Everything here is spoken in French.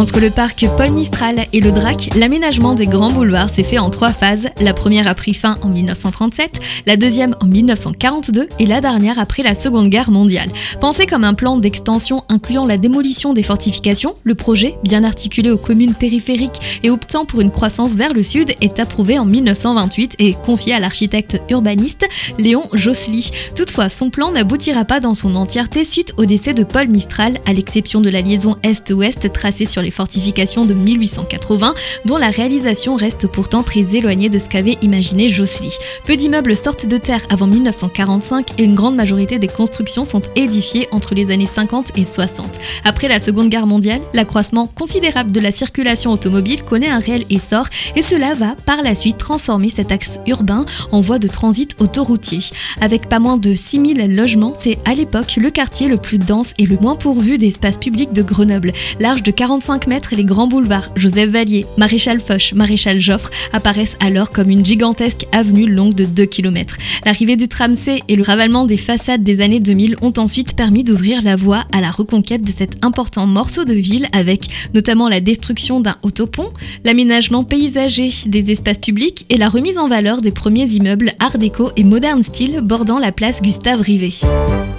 Entre le parc Paul Mistral et le Drac, l'aménagement des grands boulevards s'est fait en 3 phases. La première a pris fin en 1937, la deuxième en 1942 et la dernière après la Seconde Guerre mondiale. Pensé comme un plan d'extension incluant la démolition des fortifications, le projet, bien articulé aux communes périphériques et optant pour une croissance vers le sud, est approuvé en 1928 et confié à l'architecte urbaniste Léon Josely. Toutefois, son plan n'aboutira pas dans son entièreté suite au décès de Paul Mistral, à l'exception de la liaison est-ouest tracée sur les fortifications de 1880, dont la réalisation reste pourtant très éloignée de ce qu'avait imaginé Josely. Peu d'immeubles sortent de terre avant 1945 et une grande majorité des constructions sont édifiées entre les années 50 et 60. Après la Seconde Guerre mondiale, l'accroissement considérable de la circulation automobile connaît un réel essor et cela va par la suite transformer cet axe urbain en voie de transit autoroutier. Avec pas moins de 6000 logements, c'est à l'époque le quartier le plus dense et le moins pourvu d'espaces publics de Grenoble. Large de 45 mètres, les grands boulevards Joseph Vallier, Maréchal Foch, Maréchal Joffre apparaissent alors comme une gigantesque avenue longue de 2 km. L'arrivée du tram C et le ravalement des façades des années 2000 ont ensuite permis d'ouvrir la voie à la reconquête de cet important morceau de ville avec notamment la destruction d'un autopont, l'aménagement paysager des espaces publics et la remise en valeur des premiers immeubles art déco et moderne style bordant la place Gustave Rivet.